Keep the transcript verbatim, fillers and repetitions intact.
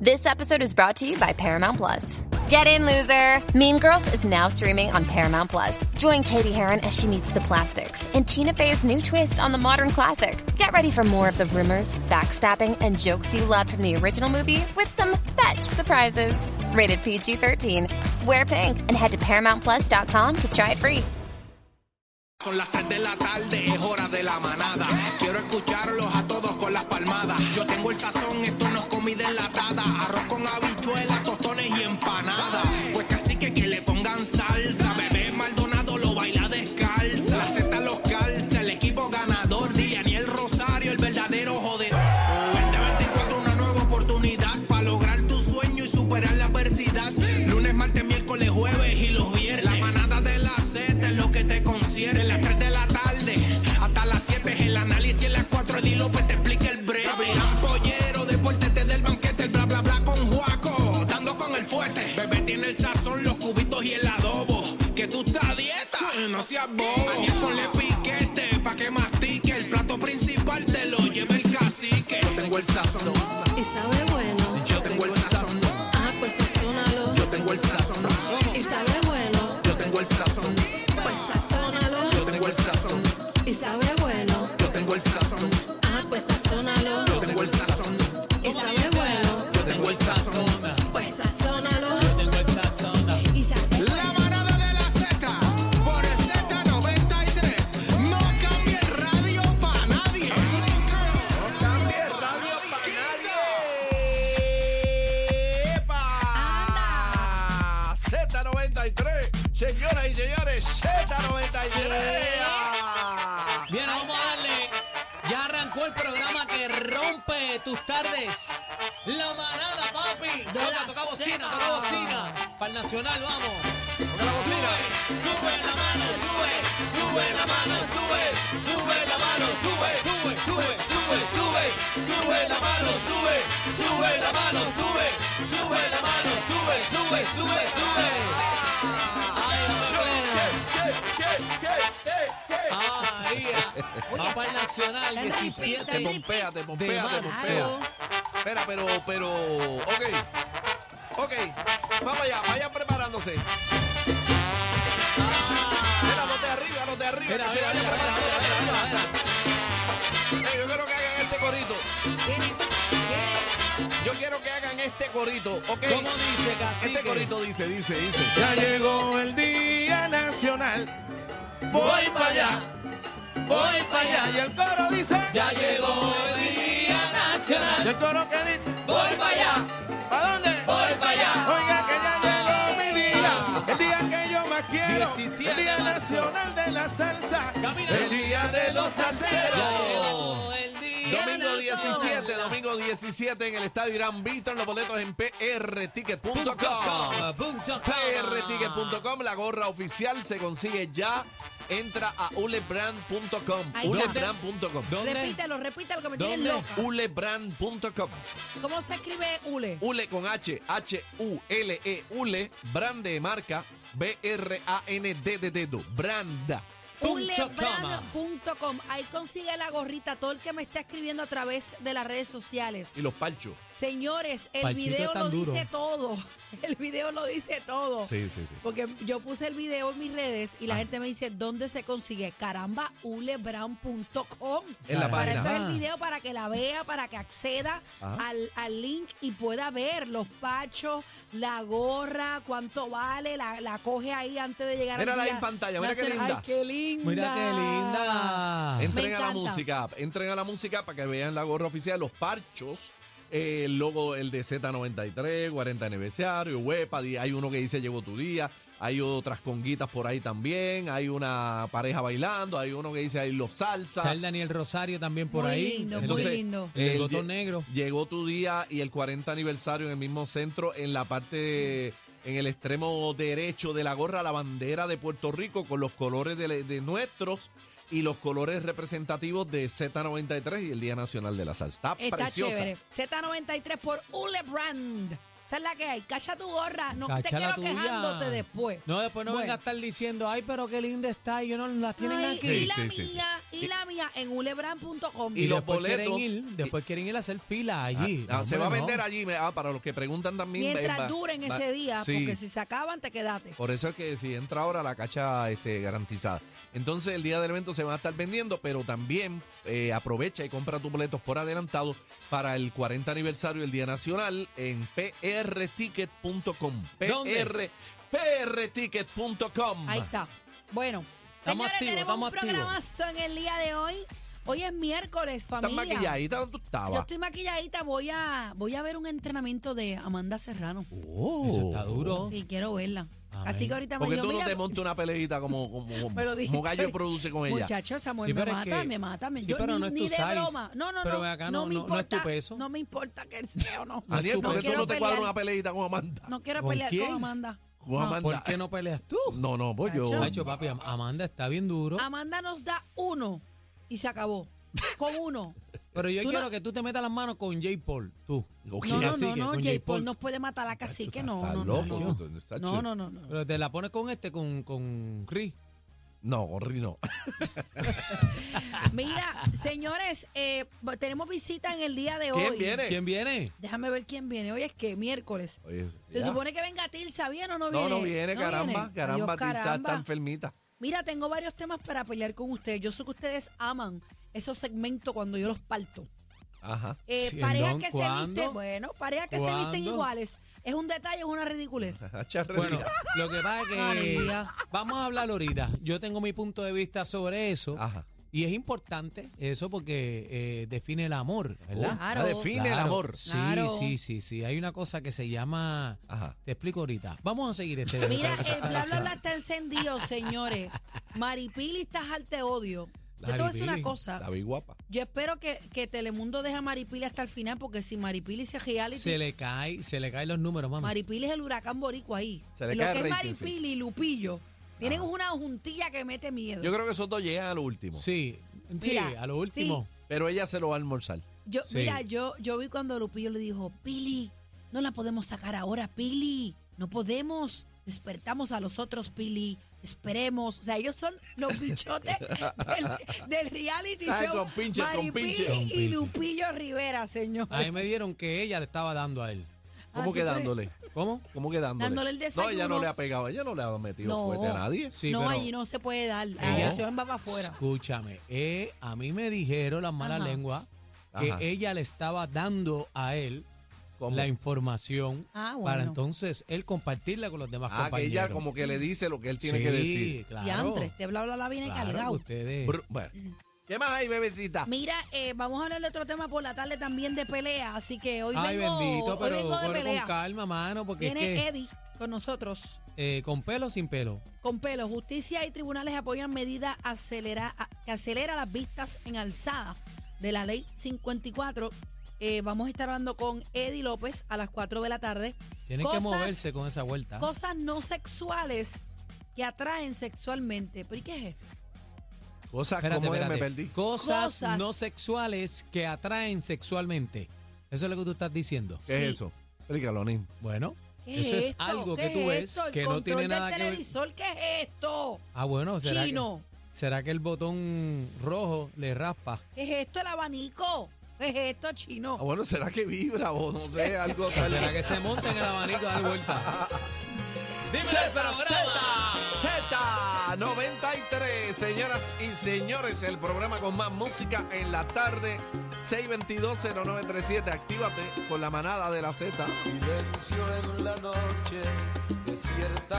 This episode is brought to you by Paramount Plus. Get in, loser! Mean Girls is now streaming on Paramount Plus. Join Katie Heron as she meets the plastics in Tina Fey's new twist on the modern classic. Get ready for more of the rumors, backstabbing, and jokes you loved from the original movie with some fetch surprises. Rated P G thirteen. Wear pink and head to paramount plus dot com to try it free. Son las tres de la tarde, es hora de la manada. Quiero escucharlos a todos con las palmadas. Yo tengo el sazón, esto no es comida enlatada. Arroz con habichuelas, tostones y empanadas. Pues casi que que le pongan salsa. Bebé Maldonado lo baila descalza. La Z los calza, el equipo ganador. Sí, Daniel Rosario, el verdadero joder. veinte veinticuatro, una nueva oportunidad para lograr tu sueño y superar la adversidad. Lunes, martes, miércoles, jueves y los viernes. La manada de la Z es lo que te concierne. Las tres de la tarde hasta las siete es el análisis. En las cuatro Eddie López te explica el breve. Capitán Pollero, deportes del banquete. El bla bla bla con Juaco, dando con el fuerte. Bebé tiene el sazón, los cubitos y el adobo. Que tú estás a dieta, no seas bobo. Daniel ponle piquete pa' que mastique. El plato principal te lo lleva el cacique. Yo tengo el sazón y sabe bueno. Yo tengo el sazón. Ah, pues sazónalo. Yo tengo el sazón Y sabe bueno. Yo tengo el sazón. Pues sazónalo. Yo tengo el sazón. Y sabe bueno. Yo tengo el sazón. Ah, pues sazónalo. Yo tengo el sazón. Y sabe bueno. Yo tengo el sazón. Pues sazónalo. Tengo el sazón. Y sabe La manada de la Z por el Z noventa y tres. No cambie radio pa' nadie. No cambie radio pa' nadie. ¡Epa! Z noventa y tres. Señoras y señores, Z noventa y tres. Bien, vamos a darle. Ya arrancó el programa que rompe tus tardes. La manada, papi. De Toca, la toca bocina, Z. toca bocina. Para el nacional, vamos. Toca la bocina. Sube, sube la mano, sube, sube la mano, sube, sube la mano, sube, sube, sube, sube, sube, sube la mano, sube, sube la mano, sube, sube la mano, sube, sube, sube, sube. Ay, dame plena. Ahí, va para el nacional, Está diecisiete. repeat, Te pompea, te pompea, te marzo. pompea. Espera, pero, pero, ok. Ok, vamos allá, vayan preparándose. Mira, los de arriba, los de arriba, Mira, que se mira, vayan mira, preparando. mira, mira, mira, mira. Ey, yo quiero que hagan este corito. Viene, viene. Yo quiero que hagan este corito, ¿ok? ¿Cómo dice, cacique? Este corito dice, dice, dice. Ya llegó el Día Nacional. Voy para allá, voy para allá. Y el coro dice: Ya llegó el Día Y Nacional. el coro que dice: Voy para allá, ¿para dónde? voy para allá. Oiga que ya llegó mi día, el día que yo más quiero, diecisiete el Día de marzo. Nacional de la Salsa, Camina. el Día de los Ya Salseros. llegó el Día Domingo Nacional. diecisiete, domingo diecisiete en el estadio Irán Víctor. Los boletos en p r ticket punto com. p r ticket punto com, la gorra oficial se consigue ya. Entra a ulebrand punto com. Ahí ulebrand punto com. ¿Dónde? Repítelo, repítelo que me ¿Dónde? tienes loca. ulebrand punto com. ¿Cómo se escribe Ule? Ule con H, H U L E, Ule, brand de marca, B R A N D de dedo, brand. ulebrand punto com. Ahí consigue la gorrita. Todo el que me está escribiendo a través de las redes sociales. Y los palchos. Señores, el Palchito video tan lo duro. dice todo. El video lo dice todo. Sí, sí, sí. Porque yo puse el video en mis redes y la gente me dice, ¿dónde se consigue? Caramba, ulebrand punto com. En la Para página. eso es el video, para que la vea, para que acceda Ajá. al, al link y pueda ver los pachos, la gorra, cuánto vale, la, la coge ahí antes de llegar Mírala al ahí día en pantalla, mira qué nacional. linda. Ay, qué linda. Mira qué linda. Entren Me a la encanta. música, entren a la música para que vean la gorra oficial, los parchos, eh, el logo, el de Z noventa y tres, cuarenta aniversario, Huepa, di- hay uno que dice llegó tu día, hay otras conguitas por ahí también, hay una pareja bailando, hay uno que dice ahí los salsa. Está el Daniel Rosario también por Muy ahí. lindo, muy Entonces, lindo. El el botón lle- negro. Llegó tu día y el cuarenta aniversario en el mismo centro, en la parte, de- en el extremo derecho de la gorra, la bandera de Puerto Rico con los colores de, de nuestros y los colores representativos de Z noventa y tres y el Día Nacional de la Salsa. Está, Está preciosa. chévere. Z noventa y tres por Ulebrand. Esa es la que hay. Cacha tu gorra. No te Cacha la quiero tuya. quejándote después. No, después no Bueno. venga a estar diciendo, ay, pero qué linda está y yo no las tienen Ay, aquí. y Sí, la sí, sí, sí. mía. y la mía en ulebran punto com. Y Y los después quieren boletos- ir, después quieren ir a hacer fila allí. Ah, ah, se va a Hombre, no. vender allí, me- ah, para los que preguntan también. Mientras va- duren va- ese día, sí. porque si se acaban, te quedaste. Por eso es que si entra ahora la cacha este, garantizada. Entonces el día del evento se van a estar vendiendo, pero también eh, aprovecha y compra tus boletos por adelantado para el cuarenta aniversario del Día Nacional en p r ticket punto com. ¿Dónde? P R, p r ticket punto com. Ahí está. Bueno, Estamos señores, activos, tenemos un estamos activos. programazo en el día de hoy. Hoy es miércoles, ¿Estás familia. maquilladita donde tú Yo estabas? estoy maquilladita, voy a, voy a ver un entrenamiento de Amanda Serrano. Oh. Eso está duro. Sí, quiero verla. A Así ver. que ahorita ¿Por me qué dijo, tú no mira, te montas una peleita como, como, me lo como dijiste. gallo produce con ella? Muchacho, esa mujer Sí, me pero es mata, que- me mata. Me, sí, yo pero ni, no es ni tu de size. broma. No, no, Pero no. ven acá, no, no- me no- no es importa. tu peso. No me importa que sea o no. Daniel, No ¿por qué tú quiero no te cuadras pelear. una peleita con Amanda? No quiero ¿Con pelear quién? con Amanda. Con No. Amanda. ¿Por qué no peleas tú? No, no, pues yo. Chacho. Hacho, papi, Am- Amanda está bien duro. Amanda nos da uno y se acabó. Con uno. Pero yo Tú quiero no- que tú te metas las manos con J. Paul, tú. Ok. No, no, Así no, que no. con J. J. Paul Paul. nos puede matar a la cacique. No, Está no, no. loco, No, tú, está no, chido. no, no, no. Pero te la pones con este, con, con Riz. No, Gorri no. Mira, señores, eh, tenemos visita en el día de hoy. ¿Quién viene? ¿Quién viene? Déjame ver quién viene. Hoy es que miércoles. Oye, Se ya. supone que venga Tilsa, ¿viene o no viene? No, no viene, caramba. viene? Caramba, Adiós, Tilsa caramba. está enfermita. Mira, tengo varios temas para pelear con ustedes. Yo sé que ustedes aman esos segmentos cuando yo los parto. Ajá. Eh, Sí, parejas ¿no? que se ¿Cuándo? visten, bueno, parejas que se visten ¿Cuándo? iguales. ¿Es un detalle o es una ridiculez? Bueno, lo que pasa es que Aleluya. vamos a hablar ahorita. Yo tengo mi punto de vista sobre eso. Ajá. Y es importante eso porque eh, define el amor, ¿verdad? Claro. Ah, define el Claro. amor. Sí, Claro. sí, sí, sí. Hay una cosa que se llama... Ajá. Te explico ahorita. Vamos a seguir este Mira, el bla bla bla está encendido, señores. Maripili está al te odio. Yo te voy a decir una Maripili, cosa. La vi guapa. Yo espero que, que Telemundo deje a Maripili hasta el final, porque si Maripili se reality, Se le cae, se le caen los números, mamá. Maripili es el huracán boricua ahí. Se le Lo cae que el es rating, Maripili y Lupillo tienen una juntilla que mete miedo. Yo creo que esos dos llegan a lo último. Sí, sí, Mira, a lo último. Pero ella se lo va a almorzar. Yo, Sí. Mira, yo, yo vi cuando Lupillo le dijo, Pili, no la podemos sacar ahora, Pili. No podemos. Despertamos a los otros, Pili. Esperemos. O sea, ellos son los bichotes del, del reality Ay, show. con pinche, con Maripili pinche. Con y pinche. Lupillo Rivera, señor. A mí me dieron que ella le estaba dando a él. ¿Cómo Ah, ¿tú que crees? dándole? ¿Cómo? ¿Cómo que dándole? Dándole el No, ella desayuno. no le ha pegado, ella no le ha metido No. fuerte a nadie. Sí, no, pero allí no se puede dar. La Ella- relación va para afuera. escúchame, eh, a mí me dijeron las malas Ajá. lenguas que Ajá. ella le estaba dando a él ¿Cómo? la información Ah, bueno. para entonces él compartirla con los demás Ah, que compañeros. ella como que le dice lo que él tiene Sí, que decir. claro. Y antes, este bla bla bla viene Claro, cargado. ustedes. Br- Bueno, ¿qué más hay, bebecita? Mira, eh, vamos a hablar de otro tema por la tarde también de pelea, así que hoy Ay, vengo, bendito, hoy pero vengo de corre con pelea. calma, mano, porque es Viene que Eddie con nosotros, eh, con pelo o sin pelo. con pelo. Justicia y tribunales apoyan medida acelera, a- que acelera las vistas en alzada de la ley cincuenta y cuatro. Eh, vamos a estar hablando con Eddie López a las cuatro de la tarde. Tienen que Cosas- moverse con esa vuelta. Cosas no sexuales que atraen sexualmente. ¿Pero y qué es esto? Cosas Espérate, como es, me espérate. perdí. Cosas, Cosas. no sexuales que atraen sexualmente. Eso es lo que tú estás diciendo. ¿Qué Sí. es eso? Explícalo, Nin. Bueno, ¿Qué eso es esto? algo ¿Qué que tú es ves esto? El que no control tiene del nada que ver. televisor, ¿qué es esto? Ah, bueno, ¿será Chino. que, ¿será que el botón rojo le raspa? ¿Qué es esto, el abanico? ¿Qué es esto, chino? Ah, bueno, ¿será que vibra o no sé, algo ¿O tal? será que se monta en el abanico a dar vuelta? Dime el Z, programa. Z, Z noventa y tres, señoras y señores, el programa con más música en la tarde, seis dos dos, cero nueve tres siete, actívate con la manada de la Z. Silencio